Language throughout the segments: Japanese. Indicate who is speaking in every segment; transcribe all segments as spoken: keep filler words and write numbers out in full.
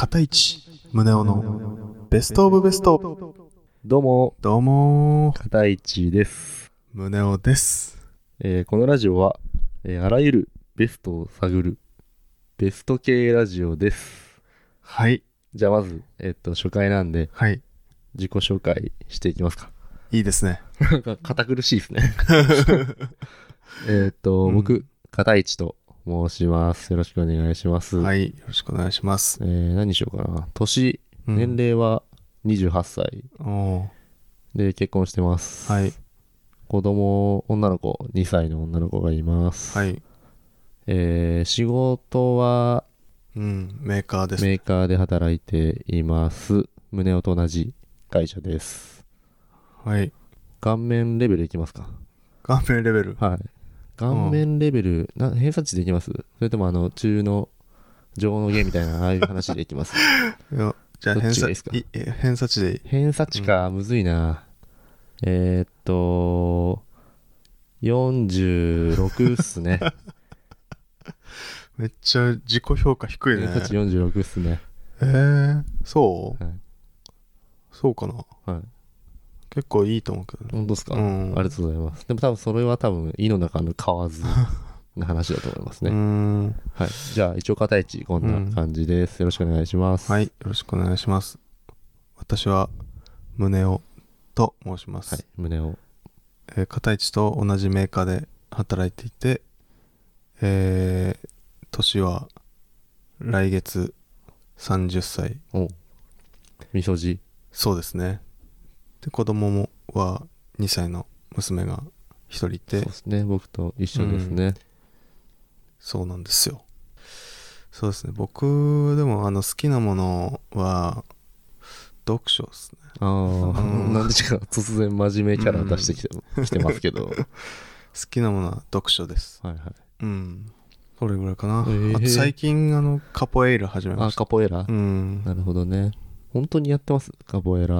Speaker 1: 片市宗男のベストオブベスト。
Speaker 2: どうも
Speaker 1: どうも
Speaker 2: 片市です。
Speaker 1: 宗男です、
Speaker 2: えー、このラジオは、えー、あらゆるベストを探るベスト系ラジオです。
Speaker 1: はい。
Speaker 2: じゃあまず、えっと初回なんで、
Speaker 1: はい、
Speaker 2: 自己紹介していきますか。
Speaker 1: いいですね。
Speaker 2: なんか堅苦しいですねえっと、うん、僕片市と申します。よろしくお願いします。
Speaker 1: はい、よろしくお願いします。
Speaker 2: えー、何しようかな。年、うん、年齢はにじゅうはっさいで結婚してます。
Speaker 1: はい。
Speaker 2: 子供女の子にさいの女の子がいます。
Speaker 1: はい。
Speaker 2: えー、仕事は、
Speaker 1: うん、メーカーです。
Speaker 2: メーカーで働いています。宗男と同じ会社です。
Speaker 1: はい。
Speaker 2: 顔面レベルいきますか。
Speaker 1: 顔面レベル。
Speaker 2: はい。顔面レベル、な偏差値でいきます？それともあの中の上の下みたいなああいう話でいきます？
Speaker 1: いや、じゃあ偏差値偏差値でいい。
Speaker 2: 偏差値か、うん、むずいな。えー、っとよんじゅうろくっすね。
Speaker 1: めっちゃ自己評価低いね。
Speaker 2: 偏差値よんじゅうろくっすね。
Speaker 1: えー、そう、はい、そうかな。
Speaker 2: はい。
Speaker 1: 結構いいと思うけどね。
Speaker 2: 本当ですか、
Speaker 1: うん、
Speaker 2: ありがとうございます。でも多分それは多分胃の中の蛙の話だと思いますね。
Speaker 1: うーん、
Speaker 2: はい。じゃあ一応片市こんな感じです、うん。よろしくお願いします。
Speaker 1: はい、よろしくお願いします。私は宗男と申します。
Speaker 2: はい、宗男。
Speaker 1: えー、片市と同じメーカーで働いていて、えー、年は来月さんじゅっさい。
Speaker 2: お、みそじ。
Speaker 1: そうですね。で、子供もはにさいの娘がひとりいて。
Speaker 2: そうですね、僕と一緒ですね、うん、
Speaker 1: そうなんですよ。そうですね、僕でもあの好きなものは読書ですね。
Speaker 2: ああ、うん、なんでか突然真面目キャラ出してきて、うん、きてますけど好
Speaker 1: きなものは読書です。
Speaker 2: はいはい。
Speaker 1: うん。それぐらいかな。
Speaker 2: えー、
Speaker 1: あと最近あのカポエイラ始めました。
Speaker 2: あ、カポエラ。
Speaker 1: うん。
Speaker 2: なるほどね。本当にやってますカポエラ。
Speaker 1: うん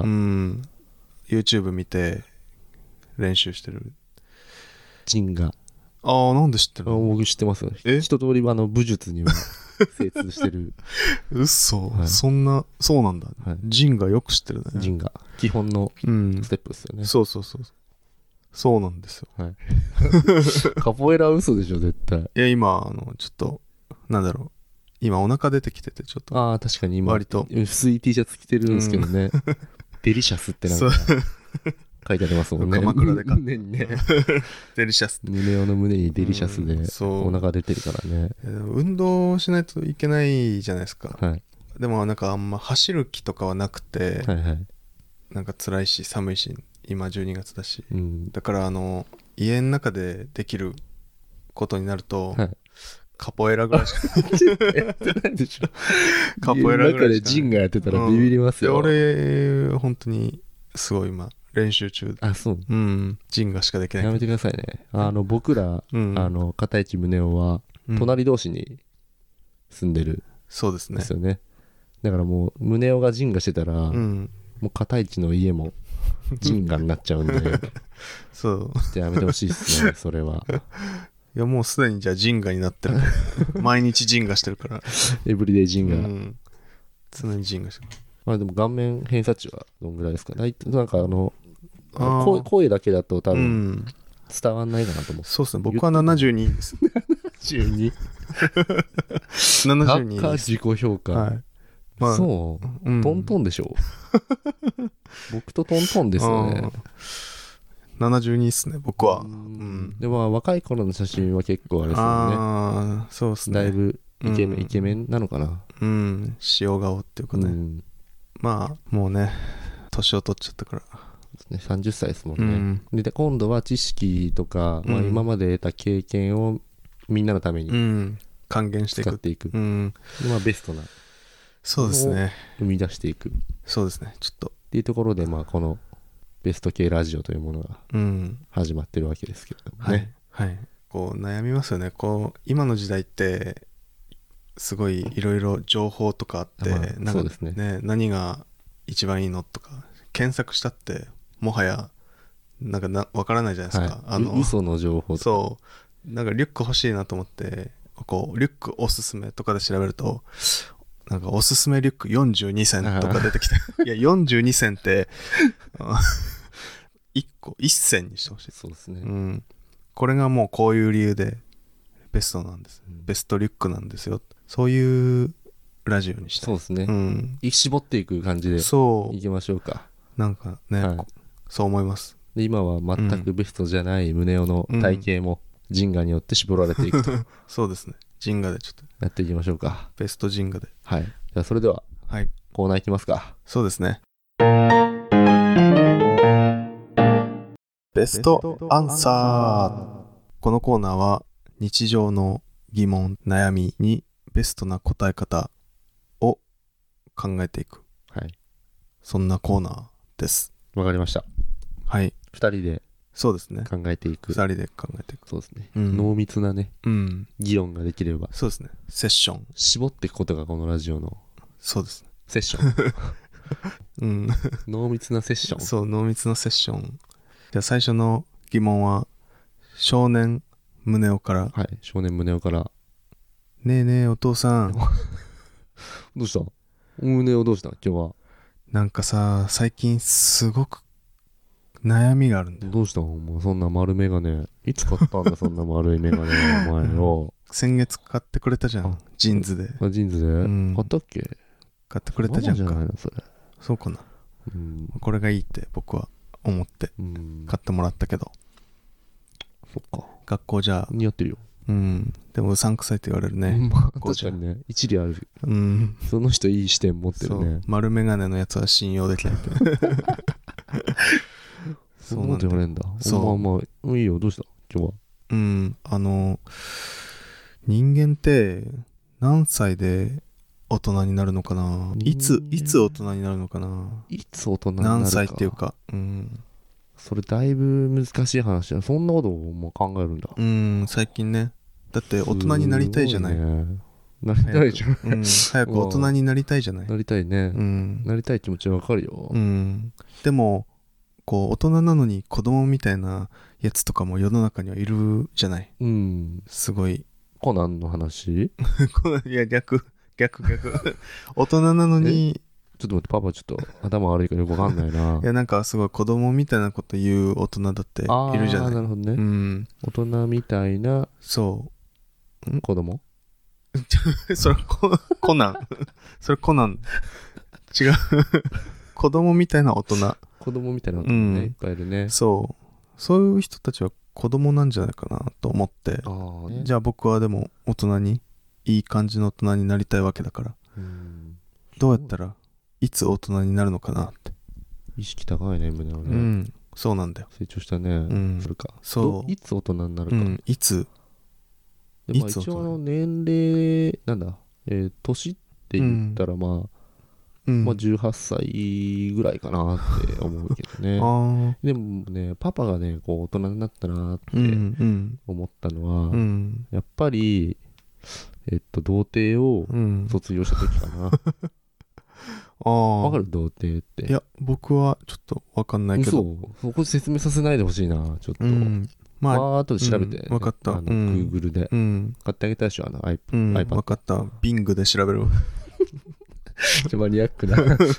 Speaker 1: 。YouTube 見て練習してる。
Speaker 2: ジンガ。
Speaker 1: ああ、なんで知ってるの？
Speaker 2: 僕知ってますよ。一通りはあの武術には精通してる。
Speaker 1: うっそ、はい、そんな、そうなんだ。はい、ジンガよく知ってるね。
Speaker 2: ジンガ。基本のステップですよね。
Speaker 1: うん、そうそうそう。そうなんですよ。
Speaker 2: はい。カポエラ嘘でしょ、絶対。
Speaker 1: いや、今、あの、ちょっと、なんだろう。今、お腹出てきてて、ちょっと。
Speaker 2: ああ、確かに今、
Speaker 1: 割と。
Speaker 2: 薄い T シャツ着てるんですけどね。うん、デリシャスってなんか、書いてありますもんね。
Speaker 1: 鎌倉で買った。
Speaker 2: 胸にね。
Speaker 1: デリシャス。
Speaker 2: 胸用の胸にデリシャスで、お腹出てるからね。
Speaker 1: 運動しないといけないじゃないですか。
Speaker 2: はい。
Speaker 1: でも、なんかあんま走る気とかはなくて、
Speaker 2: はいはい。
Speaker 1: なんか辛いし、寒いし、今じゅうにがつだし。
Speaker 2: うん、
Speaker 1: だから、あの、家の中でできることになると、はい、カポエラぐらいしか
Speaker 2: やってないでしょ。
Speaker 1: カポエラぐらいしかない。
Speaker 2: 家の中でジンがやってたらビビりますよ。
Speaker 1: うん、俺、本当に、すごい今、練習中。
Speaker 2: あ、そう。
Speaker 1: うん。ジンガしかできない。
Speaker 2: やめてくださいね。あの、僕ら、うん、あの、片市宗男は、隣同士に住んでる、ね。
Speaker 1: そうですね。
Speaker 2: ですよね。だからもう、宗男がジンガしてたら、うん、もう片市の家も、ジンガになっちゃうんで。
Speaker 1: そう。
Speaker 2: ちょっとやめてほしいっすね、それは。
Speaker 1: いや、もうすでにじゃあジンガになってる。毎日ジンガしてるから。
Speaker 2: エブリデイジンガ。うん、
Speaker 1: 常にジンガしてる。
Speaker 2: まあでも顔面偏差値はどんぐらいですか？なんかあの、声, 声だけだと多分伝わんないかなと思う、うん、
Speaker 1: そうですね。僕はななじゅうにです。
Speaker 2: ななじゅうに
Speaker 1: ななじゅうに
Speaker 2: 高自己評価、はい、まあ、そう、うん、トントンでしょ僕とトントンですよね。
Speaker 1: ななじゅうにっすね、僕は。う
Speaker 2: ん、でも若い頃の写真は結構あれですよね。
Speaker 1: ああ、そうですね。
Speaker 2: だいぶイケメン、うん、イケメンなのかな。
Speaker 1: うん、塩顔っていうかね。うん、まあ、もうね、年を取っちゃったから。
Speaker 2: さんじゅっさいですもんね。うん、で、今度は知識とか、うん、まあ、今まで得た経験をみんなのために、うん、
Speaker 1: 還元していく。
Speaker 2: 使っていく。
Speaker 1: うん、
Speaker 2: でまあ、ベストな。
Speaker 1: そうですね。
Speaker 2: 生み出していく。
Speaker 1: そうですね、ちょっと。
Speaker 2: っていうところで、まあ、この、ベスト系ラジオというものが始まってるわけですけれどもね、
Speaker 1: うん、はい、はい、こう悩みますよね。こう今の時代ってすごいいろいろ情報とかあって、まあ、なんか
Speaker 2: そうですね、
Speaker 1: ね、何が一番いいのとか検索したってもはやなんかな分からないじゃないですか、
Speaker 2: はい、あの嘘の情報とか。
Speaker 1: そうなんかリュック欲しいなと思ってこうリュックおすすめとかで調べるとなんかおすすめリュックよんじゅうにせんとか出てきたいやよんじゅうにせんっていっこいっせんにしてほしい。
Speaker 2: そうですね、
Speaker 1: うん、これがもうこういう理由でベストなんです、うん、ベストリュックなんですよ、そういうラジオにしたい。
Speaker 2: そうですね、
Speaker 1: うん、
Speaker 2: 絞っていく感じでいきましょうか。
Speaker 1: なんかね、はい、そう思います。
Speaker 2: で今は全くベストじゃない宗男の体型もジンガによって絞られていくと、うん、
Speaker 1: そうですね、ジンガでちょっと
Speaker 2: やっていきましょうか。
Speaker 1: ベストジンガで。
Speaker 2: はい。じゃあそれでは、はい、コーナーいきますか。
Speaker 1: そうですね。ベストアンサー。このコーナーは日常の疑問、悩みにベストな答え方を考えていく、はい、そんなコーナーです。
Speaker 2: わかりました。はい。ふたりで
Speaker 1: そうですね、
Speaker 2: 考えていく。
Speaker 1: ふたりで考えていく。
Speaker 2: そうですね、うん、濃密なね、うん、議論ができれば。
Speaker 1: そうですね、セッション
Speaker 2: 絞っていくことがこのラジオの
Speaker 1: そうですね、
Speaker 2: セッション
Speaker 1: うん、
Speaker 2: 濃密なセッション。
Speaker 1: そう、濃密なセッション。じゃあ最初の疑問は少年宗男から。
Speaker 2: はい、少年宗男から。
Speaker 1: ねえねえお父さん
Speaker 2: どうした宗男、どうした今日は。
Speaker 1: なんかさ、最近すごく悩みがあるんだよ。
Speaker 2: どうしたお前、そんな丸メガネいつ買ったんだそんな丸いメガネお前よ。
Speaker 1: 先月買ってくれたじゃん、ジーンズで。
Speaker 2: あ、ジーンズで、うん、買ったっけ。
Speaker 1: 買ってくれたじゃんか。
Speaker 2: じゃないのそれ。
Speaker 1: そうかな、うん、これがいいって僕は思って買ってもらったけど、
Speaker 2: うん、そっか、
Speaker 1: 学校じゃ
Speaker 2: 似合ってるよ。
Speaker 1: うん、でもうさんくさいって言われるね、
Speaker 2: まあ、確かにね、一理ある、うん、その人いい視点持ってるね。
Speaker 1: 丸メガネのやつは信用できない
Speaker 2: そうなんだ。言われんだ。そう、まあまあいいよ。どうした今日は。
Speaker 1: うん、あの人間って何歳で大人になるのかな。いついつ大人になるのかな。
Speaker 2: いつ大人になるか。
Speaker 1: 何歳っていうか、うん。
Speaker 2: それだいぶ難しい話だ。そんなことも考えるんだ。
Speaker 1: うん、最近ね。だって大人になりたいじゃない。ね、
Speaker 2: なりたいじゃん。
Speaker 1: うん、早く大人になりたいじゃない。
Speaker 2: なりたいね。うん、なりたい気持ちはわかるよ。
Speaker 1: うん。でもこう大人なのに子供みたいなやつとかも世の中にはいるじゃない。うん。すごい。
Speaker 2: コナンの話？
Speaker 1: いや逆逆逆。大人なのに。
Speaker 2: ちょっと待って、パパちょっと頭悪いからよくわかんないな。
Speaker 1: いやなんかすごい子供みたいなこと言う大人だっているじゃない。
Speaker 2: ああ、なるほどね。うん。大人みたいな。
Speaker 1: そう。
Speaker 2: 子供？
Speaker 1: それココナン。それコナン。違う。子供みたいな大人。
Speaker 2: 子供みたいな大人ね、うん、いっぱいいるね。
Speaker 1: そう。そういう人たちは子供なんじゃないかなと思って。あ、ね、じゃあ僕はでも大人にいい感じの大人になりたいわけだから。うん、どうやったらいつ大人になるのかなって。
Speaker 2: 意識高いね、胸はね。
Speaker 1: うん、そうなんだよ。
Speaker 2: 成長したね。うん、それか。
Speaker 1: そう。
Speaker 2: いつ大人になるか。うん、
Speaker 1: いつ。
Speaker 2: でまあ、一応の年齢なんだ、えー、年って言ったらまあ、うん、まあじゅうはっさいぐらいかなって思うけどね。あでもね、パパがねこう大人になったなって思ったのは、うんうん、やっぱりえっと童貞を卒業した時かな。ああ、わかる童貞って。
Speaker 1: いや僕はちょっとわかんないけど。
Speaker 2: そうそこ説明させないでほしいなちょっと。うん、まあ、まあ後で調べて、ね、
Speaker 1: うん、分かった。あの、
Speaker 2: うん、Google で、うん、買ってあげたでしょあの iPad、うん、
Speaker 1: 分かった。Bing で調べる。
Speaker 2: ちょマニアックな。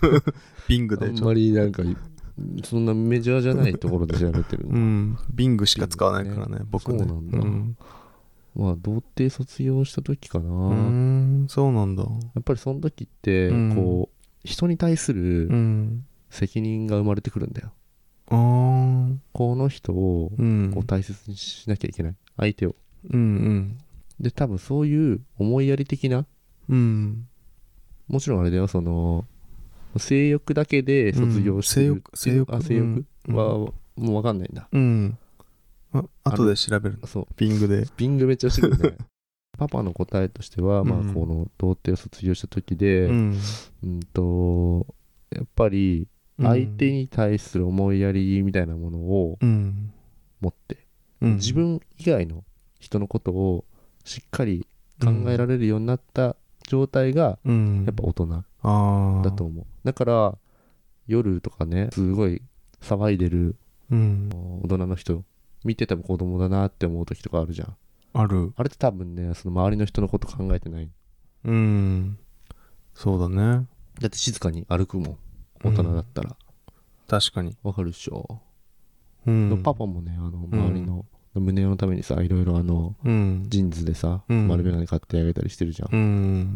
Speaker 1: Bing で。
Speaker 2: あんまりなんかそんなメジャーじゃないところで調べてるの。
Speaker 1: うん。Bing しか使わないからね、ね僕ね。
Speaker 2: そうなんだ。うん、まあ童貞卒業した時かな。う
Speaker 1: ーん、そうなんだ。
Speaker 2: やっぱりその時って、うん、こう人に対する責任が生まれてくるんだよ。あこの人をこう大切にしなきゃいけない、相手を、うんうん、で多分そういう思いやり的な、うん、もちろんあれだよその性欲だけで卒業してる、うん、性欲あ性欲、うん、はもう分かんないんだ、うん、
Speaker 1: あ後で調べるの。そうビングで
Speaker 2: ビングめっちゃしてるね。パパの答えとしては、うん、まあこの童貞を卒業した時で、うん、うんとやっぱり相手に対する思いやりみたいなものを持って、うん、自分以外の人のことをしっかり考えられるようになった状態がやっぱ大人だと思う。だから夜とかねすごい騒いでる大人の人見てても子供だなって思う時とかあるじゃん。
Speaker 1: ある。
Speaker 2: あれって多分ねその周りの人のこと考えてない。
Speaker 1: うんそうだね。
Speaker 2: だって静かに歩くもん、大人だったら。
Speaker 1: 確かに。
Speaker 2: わかるっしょ。
Speaker 1: うん。
Speaker 2: パパもね、あの周りの胸のためにさ、いろいろあの、
Speaker 1: うん、
Speaker 2: ジーンズでさ、
Speaker 1: うん、
Speaker 2: 丸眼鏡買ってあげたりしてるじゃん。
Speaker 1: うん。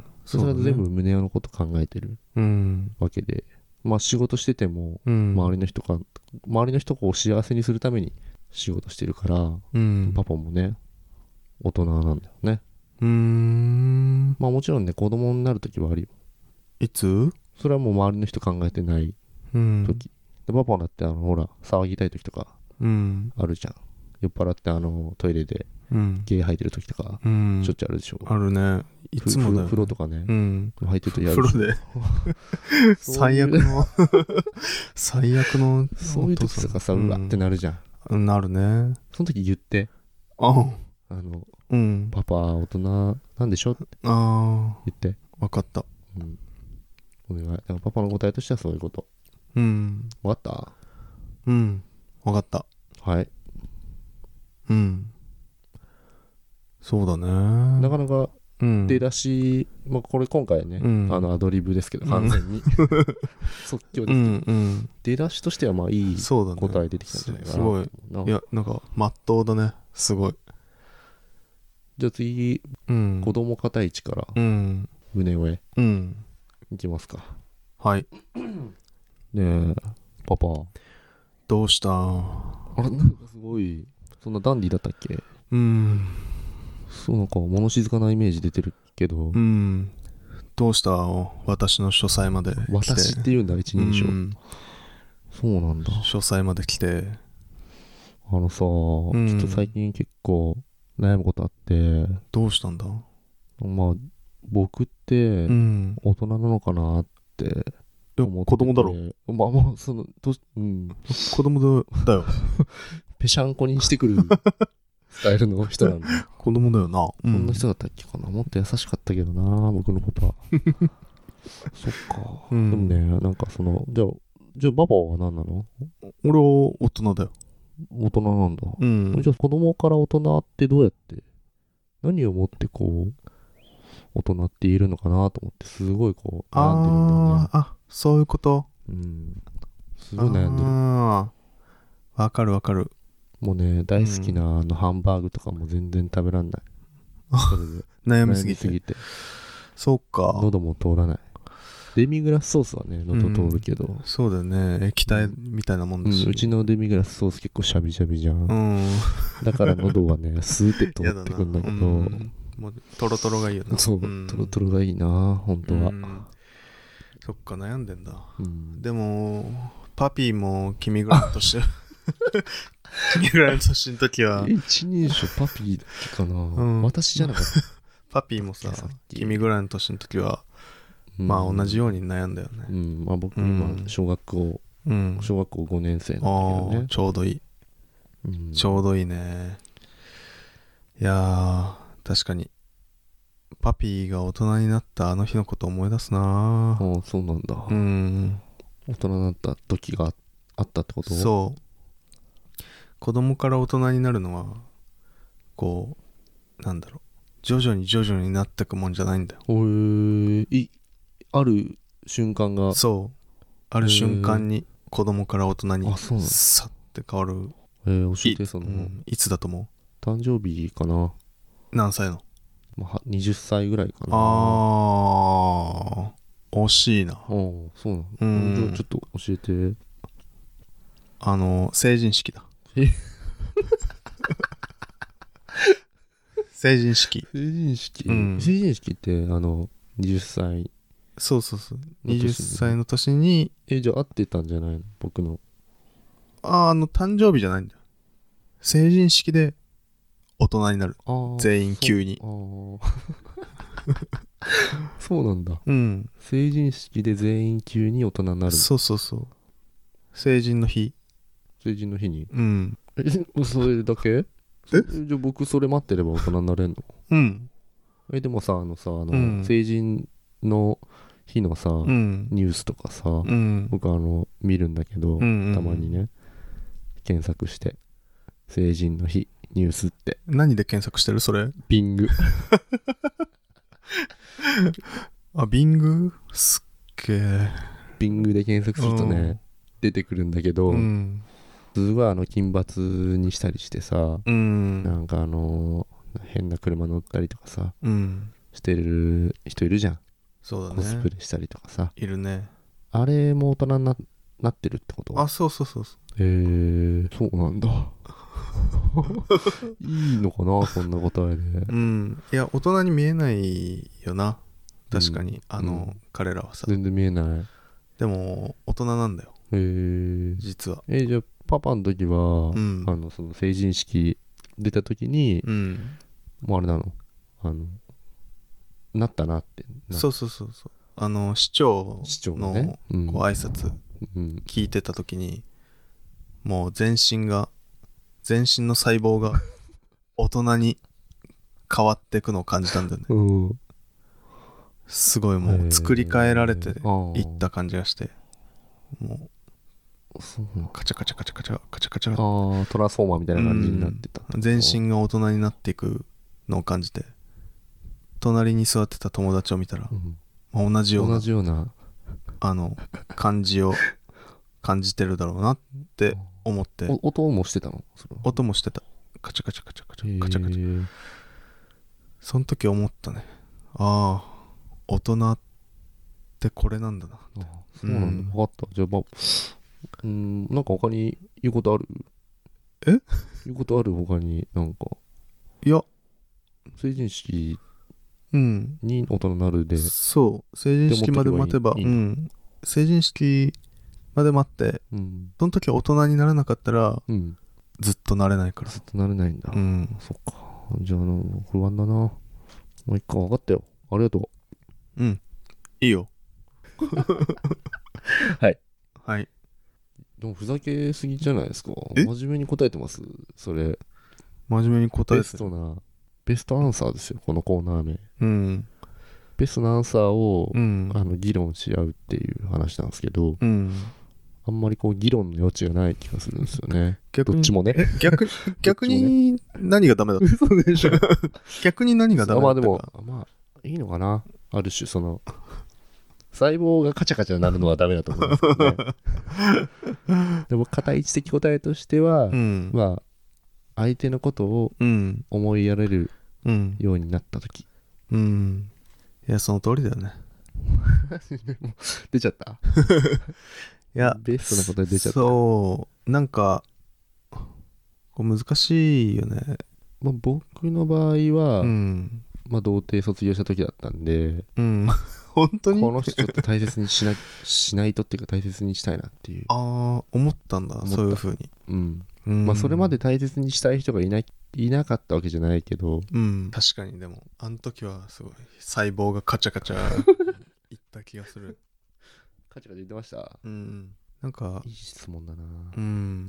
Speaker 2: それは全部胸のこと考えてるわけで、まあ仕事してても、周りの人が、周りの人を幸せにするために仕事してるから、うん、パパもね、大人なんだよね。
Speaker 1: うーん。
Speaker 2: まあもちろんね、子供になるときはあるよ。
Speaker 1: いつ？
Speaker 2: それはもう周りの人考えてないとき。うん、でパパだってあの、ほら、騒ぎたいときとか、あるじゃん。酔っ払ってあの、トイレで、ゲー吐いてるときとか、うん、しょっちゅうあるでしょ。
Speaker 1: あるね。いつもだよ、ね、
Speaker 2: 風呂とかね、
Speaker 1: うん、
Speaker 2: 吐いてるときあるでしょ。
Speaker 1: 風呂で最悪の最悪の
Speaker 2: そういうときとかさ、うわってなるじゃん。
Speaker 1: なるね。
Speaker 2: その時言って。
Speaker 1: あ
Speaker 2: あの、
Speaker 1: うん、
Speaker 2: パパ大人なんでしょって
Speaker 1: あ
Speaker 2: 言って。
Speaker 1: 分かった。
Speaker 2: うん。お願い。だからパパの答えとしてはそういうこと。
Speaker 1: うん。
Speaker 2: 分かった？
Speaker 1: うん。分かった。
Speaker 2: はい。
Speaker 1: うん。そうだね。
Speaker 2: なかなか出だし、うん、まあ、これ今回ね、うん、あのアドリブですけど、完全に、うん、即興ですけど、うんうん、出だしとしてはまあいい答え出てきたんじゃないかな。
Speaker 1: すごい。いや、なんか、まっとうだね。すごい。
Speaker 2: じゃあ次、うん、子供片位置から、うん、胸上、うん、いきますか。
Speaker 1: はい。
Speaker 2: ねえ、パパ。
Speaker 1: どうした？
Speaker 2: あれ、なんかすごい、そんなダンディだったっけ？
Speaker 1: うん。
Speaker 2: そう、なんか物静かなイメージ出てるけど。
Speaker 1: うん。どうした？私の書斎まで来て。
Speaker 2: 私って言うんだ、一人称。うん、そうなんだ。
Speaker 1: 書斎まで来て。
Speaker 2: あのさ、うん、ちょっと最近結構悩むことあって。
Speaker 1: どうしたんだ？
Speaker 2: まあ、僕って大人なのかなって思ってて、
Speaker 1: 子供だろ。
Speaker 2: まあまあ、その、とうん、
Speaker 1: 子供だよ。
Speaker 2: ぺしゃんこにしてくるスタイルの人なんだ。
Speaker 1: 子供だよな。
Speaker 2: こんな人だったっけかな。もっと優しかったけどな、僕のパパ。そっか、うん。でもね、なんかその、じゃあ、じゃあパパは何なの？
Speaker 1: 俺は大人だよ。
Speaker 2: 大人なんだ。
Speaker 1: うん。
Speaker 2: じゃあ子供から大人ってどうやって、何をもってこう、大人って言えるのかなと思って、すごいこう、悩んでるんだよね。
Speaker 1: ああ、そういうこと。
Speaker 2: うん。すごい悩んでる。
Speaker 1: ああ、わかるわかる。
Speaker 2: もうね、大好きなあのハンバーグとかも全然食べらんない。それで
Speaker 1: 悩みすぎて。
Speaker 2: 悩みすぎて。
Speaker 1: そっか。
Speaker 2: 喉も通らない。デミグラスソースはね、喉通るけど。うん、
Speaker 1: そうだよね。液体みたいなもんだし、
Speaker 2: うん。うちのデミグラスソース結構シャビシャビじゃん。うん、だから喉はね、スーって通ってくんだけど。うん、
Speaker 1: もうトロトロがいいよな。
Speaker 2: そう、うん、トロトロがいいな、本当は。うん、
Speaker 1: そっか、悩んでんだ。うん、でも、パピーも君ぐらいの年、君ぐらいの年の時は。
Speaker 2: 一人称パピーだっけかな、うん、私じゃなかった。
Speaker 1: パピーもさ、君ぐらいの年の時は、うん、まあ同じように悩んだよね。
Speaker 2: うん、まあ僕今、小学校、うん、小学校ごねん生なんだけどね。
Speaker 1: ちょうどいい、うん。ちょうどいいね。いやー、確かにパピーが大人になったあの日のこと思い出すな。
Speaker 2: ああ、そうなんだ。
Speaker 1: うん。
Speaker 2: 大人になった時があったってこと？
Speaker 1: そう。子供から大人になるのはこうなんだろう、徐々に徐々になってくもんじゃないんだよ。
Speaker 2: へえ。いある瞬間が。
Speaker 1: そうある瞬間に子供から大人に
Speaker 2: あ、そうなんだ。
Speaker 1: さって変わる。
Speaker 2: えー、教えてその、
Speaker 1: うん、いつだと思
Speaker 2: う？誕生日かな。
Speaker 1: 何歳の？
Speaker 2: まあ、はたちぐらいかな。
Speaker 1: あー、惜しいな。
Speaker 2: ああ、そうなの。うん。じゃあちょっと教えて。
Speaker 1: あの成人式だ。
Speaker 2: え
Speaker 1: 成人式。
Speaker 2: 成人式、
Speaker 1: うん、
Speaker 2: 成人式ってあのはたち。
Speaker 1: そうそうそう。はたちの年に。
Speaker 2: え、じゃあ合ってたんじゃないの？僕の。
Speaker 1: あ、あの誕生日じゃないんだよ。成人式で大人になる。全員急に。
Speaker 2: そう、そうなんだ。
Speaker 1: うん。
Speaker 2: 成人式で全員急に大人になる。
Speaker 1: そうそうそう。成人の日。
Speaker 2: 成人の日に。
Speaker 1: うん。
Speaker 2: え、それだけ？え？じゃあ僕それ待ってれば大人になれんの？
Speaker 1: うん。
Speaker 2: え、でもさ、あのさ、あの、うん、成人の日のさ、うん、ニュースとかさ、うん、僕あの見るんだけど、うんうん、たまにね検索して成人の日ニュースって。
Speaker 1: 何で検索してるそれ？
Speaker 2: ビング
Speaker 1: あ、ビングすっげえ。
Speaker 2: ビングで検索するとね、うん、出てくるんだけど、うん、すごいあの金髪にしたりしてさ、うん、なんかあの変な車乗ったりとかさ、うん、してる人いるじゃん。
Speaker 1: そうだね。
Speaker 2: コスプレしたりとかさ。
Speaker 1: いるね。
Speaker 2: あれも大人に な, なってるってこと？
Speaker 1: あ、そうそうそうそう。
Speaker 2: へえー、そうなんだ。いいのかな、そんな答えで。
Speaker 1: うん。いや、大人に見えないよな。確かに、うん、あの、うん、彼らはさ。
Speaker 2: 全然見えない。
Speaker 1: でも、大人なんだよ。
Speaker 2: へえー。
Speaker 1: 実は。
Speaker 2: えー、じゃあ、パパの時は、うん、あの、その成人式出た時に、うん、もうあれなのあの、なったなってな。
Speaker 1: そうそうそうそう。あの、市長の、ね、うん、こう挨拶聞いてた時に、もう全身が、全身の細胞が大人に変わっていくのを感じたんだよね。うん、すごいもう作り変えられていった感じがして、もうカチャカチャカチャカチャカチャカチャ、
Speaker 2: ああトランスフォーマーみたいな感じになってた。
Speaker 1: 全身が大人になっていくのを感じて、隣に座ってた友達を見たら、うんまあ、同じような
Speaker 2: 同じような
Speaker 1: あの感じを感じてるだろうなって思って。
Speaker 2: 音もしてたの？それ
Speaker 1: 音もしてた。カチャカチャカチャカチャカチャカチャ。その時思ったね。ああ大人ってこれなんだな。
Speaker 2: ああそうなんだ、分かった。じゃあまあうーんなんか他に言うことある？
Speaker 1: え？
Speaker 2: 言うことある他になんか。
Speaker 1: いや
Speaker 2: 成人式に大人になるで、うん、
Speaker 1: そう成人式まで待てばいい、うん、成人式まで待って、うん、その時は大人にならなかったら、うん、ずっとなれないから。
Speaker 2: ずっとなれないんだ、
Speaker 1: うん、
Speaker 2: そっか。じゃああの不安だな。もう一回分かったよ。ありがと
Speaker 1: う。うんいいよ。
Speaker 2: はい
Speaker 1: はい。
Speaker 2: でもふざけすぎじゃないですか。真面目に答えてます。それ
Speaker 1: 真面目に答えて
Speaker 2: ベストなベストアンサーですよ、このコーナー名。うん、ベストなアンサーを、うん、あの議論し合うっていう話なんですけど、うん、あんまりこう議論の余地がない気がするんですよね。どっちもね。
Speaker 1: え逆逆に何がダメだった？
Speaker 2: 嘘でしょ。
Speaker 1: 逆に何がダメだったか。
Speaker 2: まあでもまあいいのかな。ある種その細胞がカチャカチャになるのはダメだと思うんですけどね。でも片一的答えとしては、うん、まあ相手のことを思いやれるようになったとき、
Speaker 1: うん、うん、いやその通りだよね。
Speaker 2: 出ちゃった。
Speaker 1: いや
Speaker 2: ベストなことで出ちゃった。
Speaker 1: そうなんかこう難しいよね。
Speaker 2: まあ、僕の場合は、うんまあ、童貞卒業した時だったんで、うん、
Speaker 1: 本当に
Speaker 2: この人ちょっと大切にしなしないとっていうか大切にしたいなっていう。
Speaker 1: ああ思ったんだ。そういう風に。
Speaker 2: うんうんまあ、それまで大切にしたい人がいないいなかったわけじゃないけど、
Speaker 1: うん、確かに。でもあの時はすごい細胞がカチャカチャいった気がする。
Speaker 2: カチャカチャ言ってました。
Speaker 1: うん、なんか
Speaker 2: いい質問だな。
Speaker 1: うん、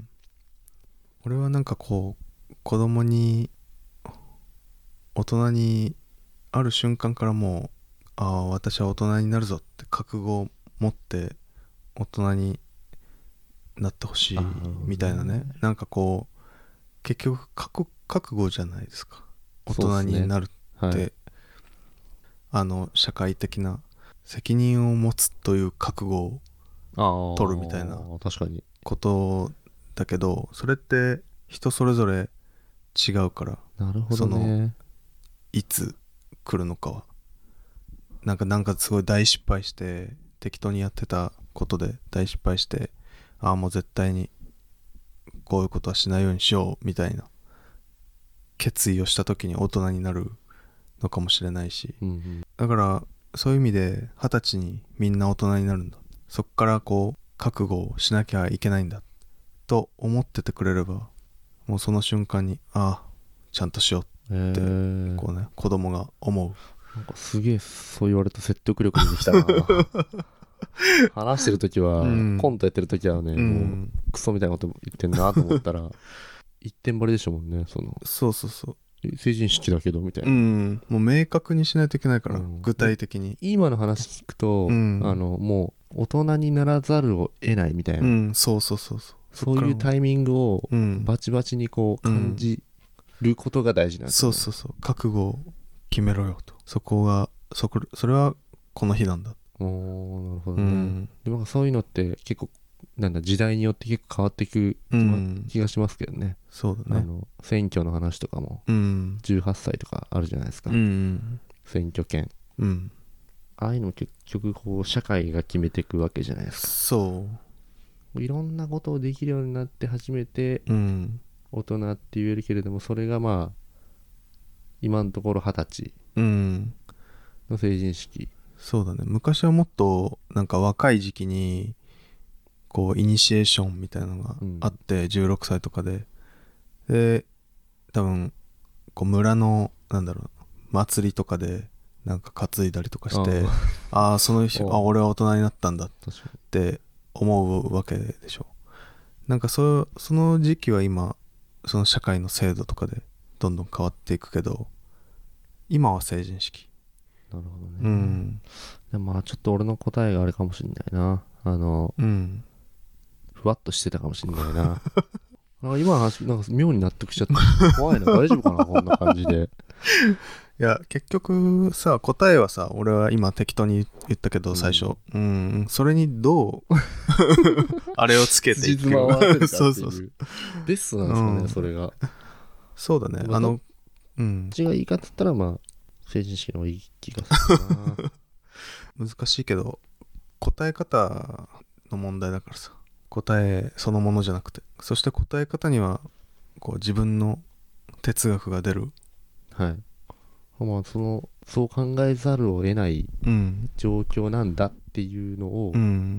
Speaker 1: 俺はなんかこう子供に大人にある瞬間からもうああ私は大人になるぞって覚悟を持って大人になってほしいみたいなね。なんかこう結局覚悟じゃないですか、大人になるって、ねはい、あの社会的な責任を持つという覚悟を取るみたいなことだけど、それって人それぞれ違うから。
Speaker 2: なるほどね。その
Speaker 1: いつ来るのかはなんかなんかすごい大失敗して適当にやってたことで大失敗してああもう絶対にこういうことはしないようにしようみたいな決意をした時に大人になるのかもしれないし、うんうん、だからそういう意味で二十歳にみんな大人になるんだ、そっからこう覚悟をしなきゃいけないんだと思っててくれればもうその瞬間にああちゃんとしようって、えー、こうね子供が思う。
Speaker 2: なんかすげえそう言われると説得力出てきたな。話してるときは、うん、コントやってるときはね、うん、もうクソみたいなこと言ってんなと思ったら一点張りでしたもんね。その
Speaker 1: そうそうそう
Speaker 2: 成人式だけどみたいな、
Speaker 1: うん、もう明確にしないといけないから、うん、具体的に。
Speaker 2: 今の話聞くと、うん、あのもう大人にならざるを得ないみたいな、うん、
Speaker 1: そうそうそうそう
Speaker 2: そういうタイミングをバチバチにこう感じることが大事なんです
Speaker 1: ね、うん、そうそうそう覚悟を決めろよと。そこがそこそれはこの日なんだ。
Speaker 2: おー、なるほどね、
Speaker 1: うん、
Speaker 2: でもなんかそういうのって結構なんだ時代によって結構変わっていく気,、うん、気がしますけどね。
Speaker 1: そうだね。
Speaker 2: あの選挙の話とかも、
Speaker 1: うん、
Speaker 2: じゅうはっさいとかあるじゃないですか、
Speaker 1: うん、
Speaker 2: 選挙権、
Speaker 1: うん、
Speaker 2: ああいうのも結局こう社会が決めていくわけじゃないですか。
Speaker 1: そう
Speaker 2: いろんなことをできるようになって初めて大人って言えるけれども、それがまあ今のところはたちの成人式、
Speaker 1: うん、そうだね。昔はもっとなんか若い時期にこうイニシエーションみたいなのがあって、うん、じゅうろくさいとかでで多分こう村のなんだろう祭りとかでなんか担いだりとかしてああその日あ俺は大人になったんだって思うわけでしょ。なんかそその時期は今その社会の制度とかでどんどん変わっていくけど今は成人式。
Speaker 2: なるほどね。
Speaker 1: うん。
Speaker 2: でもまあちょっと俺の答えがあれかもしれないな。あの、うん、ふわっとしてたかもしれないな。なんか今の話なんか妙に納得しちゃって怖いな大丈夫かなこんな感じで。
Speaker 1: いや結局さ答えはさ俺は今適当に言ったけど最初、うん、うんそれにどうあれをつけていく
Speaker 2: かそうそうそうベストなんですかね、うん、それが
Speaker 1: そうだね。あの
Speaker 2: うん違いいかっつったらまあ成人式の方がいい気がする
Speaker 1: な難しいけど答え方の問題だからさ答えそのものじゃなくてそして答え方にはこう自分の哲学が出る。
Speaker 2: はいまあ、そのそう考えざるを得ない状況なんだっていうのを、うん、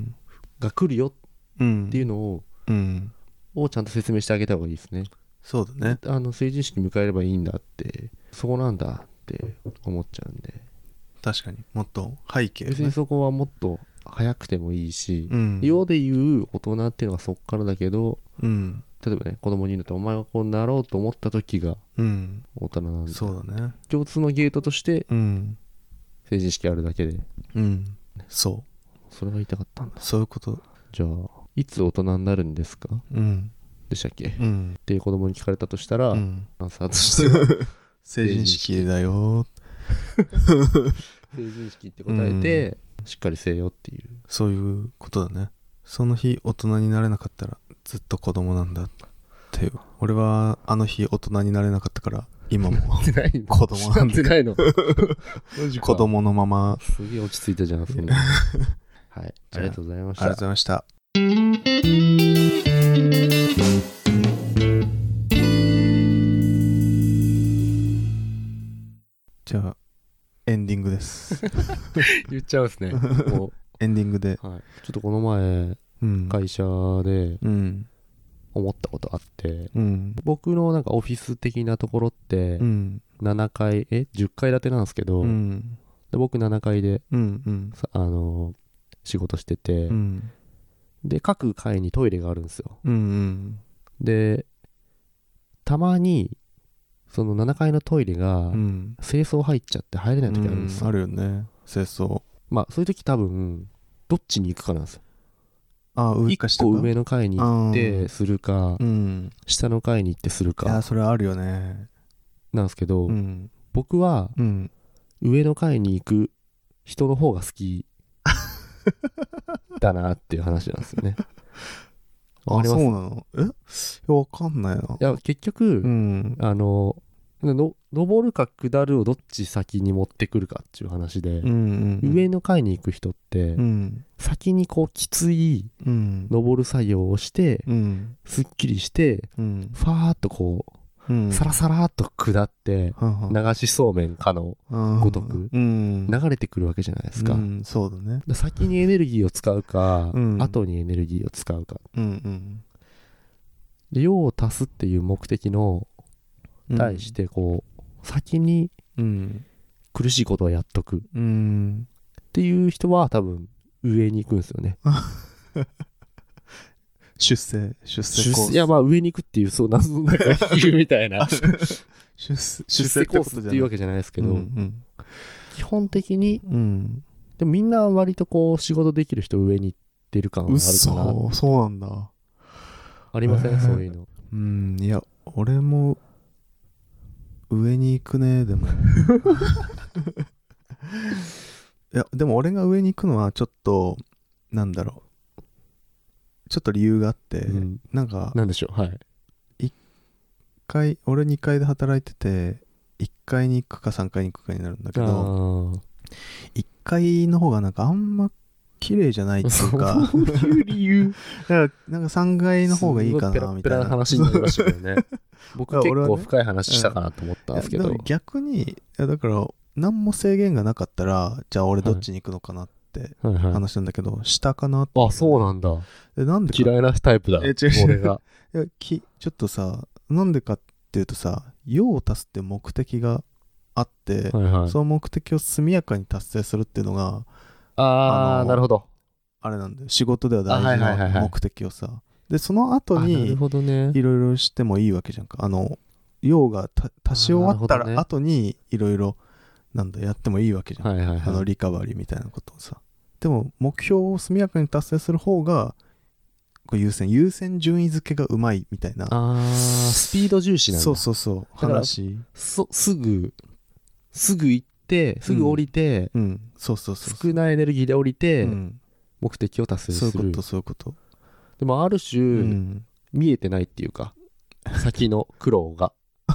Speaker 2: が来るよっていうのを、うん、をちゃんと説明してあげた方がいいですね。
Speaker 1: そうだね。
Speaker 2: あの成人式迎えればいいんだってそこなんだって思っちゃうんで。
Speaker 1: 確かにもっと背景、ね、
Speaker 2: 別にそこはもっと早くてもいいし、うん、世で言う大人っていうのがそっからだけど、うん、例えばね子供に言うとお前はこうなろうと思った時が大人なんだ、うん、
Speaker 1: そうだね。
Speaker 2: 共通のゲートとして成人式あるだけで、
Speaker 1: うん、そう
Speaker 2: それが言いたかったんだ。
Speaker 1: そういうこと。
Speaker 2: じゃあいつ大人になるんですか、うん、でしたっけ、うん、っていう子供に聞かれたとしたら、うん、アンサーとしては
Speaker 1: 成人式だよ
Speaker 2: 成人式って答えて、うん、しっかりせよっていう
Speaker 1: そういうことだね。その日大人になれなかったらずっと子供なんだっていう。俺はあの日大人になれなかったから今も子供なんだ。
Speaker 2: ないの
Speaker 1: 子供のまま。
Speaker 2: すげえ落ち着いたじゃんそんなはいありがとうございました。
Speaker 1: ありがとうございました。じゃあエンディングです
Speaker 2: 言っちゃうんですねもう
Speaker 1: エンディングで、
Speaker 2: はい、ちょっとこの前、うん、会社で思ったことあって、うん、僕のなんかオフィス的なところって、うん、ななかいえじゅっかい建てなんですけど、うん、で僕ななかいで、うんうん、あのー、仕事してて、うん、で各階にトイレがあるんですよ、うんうん、でたまにそのななかいのトイレが清掃入っちゃって入れない時あるんですよ、
Speaker 1: うん、あるよね清掃。
Speaker 2: まあそういう時多分どっちに行くかなんですよ。
Speaker 1: ああ上か下か。
Speaker 2: いっこ上の階に行ってするか、うん、下の階に行ってするか。
Speaker 1: いやそれはあるよね。
Speaker 2: なんですけど、うん、僕は、うん、上の階に行く人の方が好きだなっていう話なんですよね。
Speaker 1: わかります？あ、そうなの？え？いやわかんないな。い
Speaker 2: や結局、うん、あのの登るか下るをどっち先に持ってくるかっていう話で、うんうんうん、上の階に行く人って、うん、先にこうきつい登る作業をして、うん、すっきりして、うん、ファーっとこう、うん、サラサラっと下って、うん、流しそうめんかのごとく、うん、流れてくるわけじゃないですか、うん、
Speaker 1: そうだね。
Speaker 2: 先にエネルギーを使うか、うん、後にエネルギーを使うか、うんうん、で用を足すっていう目的の対してこう、うん、先に苦しいことはやっとく、うん、っていう人は多分上に行くんですよね
Speaker 1: 出世出世コース。
Speaker 2: いやまあ上に行くっていうそうなんか言うみたいな
Speaker 1: 出
Speaker 2: 世出世コースっていうわけじゃないですけど、うんうん、基本的に、うん、でもみんな割とこう仕事できる人上に行ってる感はあるかな。
Speaker 1: そうそうなんだ。
Speaker 2: ありません、えー、そういうの。
Speaker 1: うんいや俺も上に行くね。でもいやでも俺が上に行くのはちょっとなんだろうちょっと理由があって、うん、なんか
Speaker 2: なんでしょう。はい。
Speaker 1: いっかい俺にかいで働いてていっかいに行くかさんかいに行くかになるんだけど、いっかいの方がなんかあんま綺麗じゃないっていうか
Speaker 2: そういう理由
Speaker 1: だからなんかさんがいの方がいいかなみたいな。
Speaker 2: ペラペラな話になりましたけどね僕結構深い話したかなと思ったんですけど、
Speaker 1: ね、逆にいやだから何も制限がなかったらじゃあ俺どっちに行くのかなって話なんだけど、はいはいはい、下かなって。
Speaker 2: あ、そうなんだ。
Speaker 1: でなんでか
Speaker 2: 嫌いなタイプだ。
Speaker 1: え違う
Speaker 2: 俺が
Speaker 1: いやきちょっとさなんでかっていうとさ用を足すって目的があって、はいはい、その目的を速やかに達成するっていうのが
Speaker 2: ああなるほど
Speaker 1: あれなんだよ。仕事では大事な目的をさ、はいはいはいはい、でその後にいろいろしてもいいわけじゃんか。あの用が足し終わったら後にいろいろなんだやってもいいわけじゃん、はいはいはい、あのリカバリーみたいなことをさ。でも目標を速やかに達成する方がこう優先優先順位付けがうまいみたいな。
Speaker 2: あスピード重視なんだ。
Speaker 1: そうそうそう話
Speaker 2: そすぐすぐ行ってすぐ降りて、
Speaker 1: うんうん、そうそうそう
Speaker 2: 少ないエネルギーで降りて、うん、目的を達成する。
Speaker 1: そういうことそういうこと。
Speaker 2: でもある種、うん、見えてないっていうか先の苦労が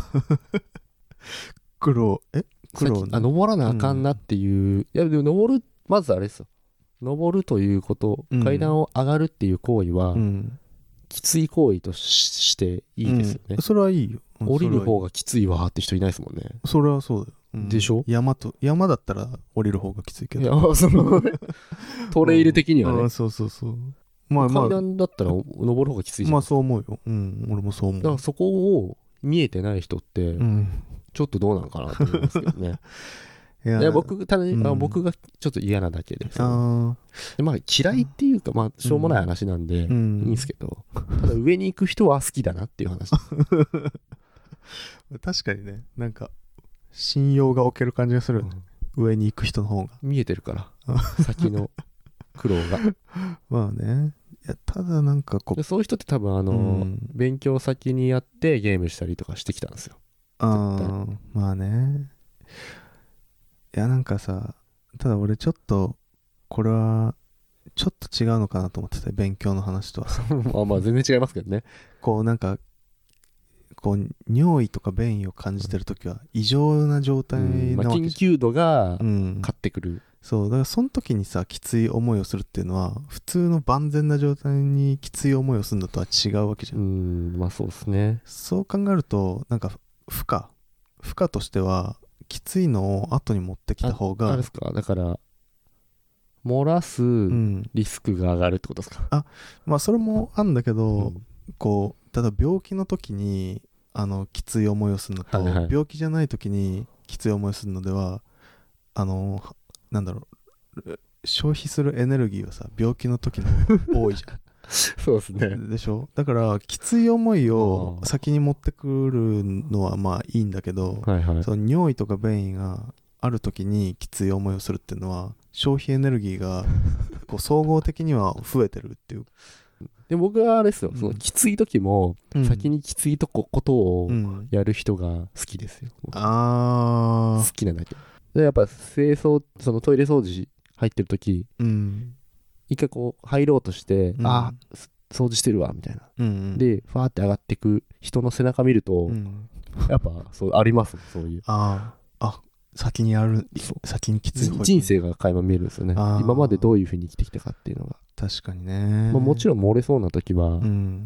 Speaker 1: 苦労え苦労、ね、
Speaker 2: あ登らなあかんなっていう、うん、いやでも登るまずあれですよ登るということ、うん、階段を上がるっていう行為は、うん、きつい行為と し, していいですよね、
Speaker 1: うん、それはいいよ。
Speaker 2: 降りる方がきついわって人いないですもんね。
Speaker 1: それはそうだよ、
Speaker 2: うん、でしょ。
Speaker 1: 山と山だったら降りる方がきついけど、
Speaker 2: いやそのトレイル的にはね、
Speaker 1: うん、そうそうそう。まあまあ、
Speaker 2: 階段だったら登る方がきついじゃん。
Speaker 1: まあそう思うよ。うん、俺もそう思う。
Speaker 2: だからそこを見えてない人って、うん、ちょっとどうなのかなと思いますけどね。いやいや 僕, ただ、うん、僕がちょっと嫌なだけで、あで、まあ、嫌いっていうか、まあ、しょうもない話なんで、うん、いいんですけど、ただ上に行く人は好きだなっていう話
Speaker 1: 確かにね、なんか信用が置ける感じがする、うん、上に行く人の方が
Speaker 2: 見えてるから先の苦労が
Speaker 1: まあね。いやただなんかこう
Speaker 2: そういう人って多分あの、うん、勉強先にやってゲームしたりとかしてきたんですよ。
Speaker 1: あまあね。いやなんかさただ俺ちょっとこれはちょっと違うのかなと思ってて、勉強の話とはさ
Speaker 2: まあまあ全然違いますけどね。
Speaker 1: こうなんかこう尿意とか便意を感じてるときは異常な状態なわけじゃん、うんまあ、
Speaker 2: 緊急度が勝ってくる、うん、
Speaker 1: そうだからその時にさきつい思いをするっていうのは普通の万全な状態にきつい思いをするのとは違うわけじゃん。
Speaker 2: うんまあそうですね。
Speaker 1: そう考えるとなんか負荷負荷としてはきついのを後に持ってきた方が
Speaker 2: あ, あれですか。だから漏らすリスクが上がるってことですか、
Speaker 1: うん、あまあそれもあるんだけど、うん、こうただ病気の時にあのきつい思いをするのと、はいはい、病気じゃない時にきつい思いをするのではあのなんだろう消費するエネルギーはさ病気の時の多いじゃん
Speaker 2: そうですね。
Speaker 1: でしょ。だからきつい思いを先に持ってくるのはまあいいんだけど、はいはい、その尿意とか便意がある時にきつい思いをするっていうのは消費エネルギーがこう総合的には増えてるっていう。
Speaker 2: で僕はあれですよ、うん、そのきつい時も先にきついとこ、ことをやる人が好きですよ、うん、あ好きなだけで。やっぱ清掃そのトイレ掃除入ってる時、うん、一回こう入ろうとして、うん、あ掃除してるわみたいな、うんうん、でファーって上がってく人の背中見ると、うん、やっぱそうありますね、そういう
Speaker 1: ああ先にやる先にきつい
Speaker 2: 人生が垣間見えるんですよね。今までどういう風に生きてきたかっていうのが
Speaker 1: 確かにね、
Speaker 2: まあ、もちろん漏れそうな時は、うん、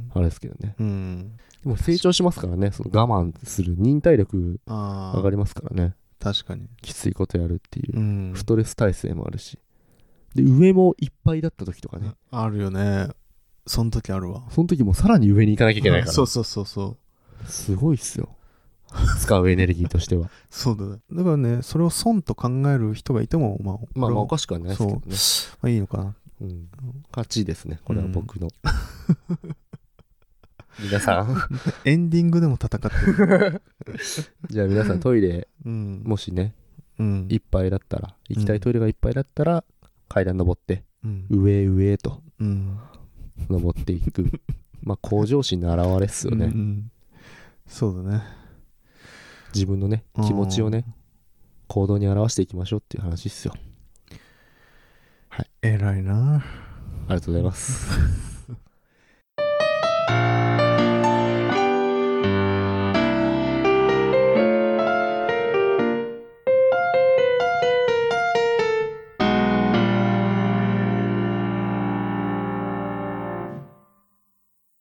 Speaker 2: あれですけどね、うん、でも成長しますからね。その我慢する忍耐力上がりますからね。
Speaker 1: 確かに
Speaker 2: きついことやるっていう、うん、ストレス耐性もあるし、で上もいっぱいだった時とかね
Speaker 1: あるよね。その時あるわ。
Speaker 2: その時もさらに上に行かなきゃいけないから、
Speaker 1: そうそうそうそう
Speaker 2: すごいっすよ使うエネルギーとしては
Speaker 1: そうだね。だからねそれを損と考える人がいてもまあ
Speaker 2: まあまあおかしくはないですけどね。
Speaker 1: まあいいのかな、
Speaker 2: うん、勝ちですねこれは僕の、うん、皆さん
Speaker 1: エンディングでも戦ってる
Speaker 2: じゃあ皆さんトイレ、うん、もしね、うん、いっぱいだったら行きたいトイレがいっぱいだったら、うん、階段登って、うん、上上と、うん、登っていくまあ向上心の表れっすよね、うんうん、
Speaker 1: そうだね。
Speaker 2: 自分のね気持ちをね行動に表していきましょうっていう話っすよ。
Speaker 1: 偉いな。
Speaker 2: ありがとうございます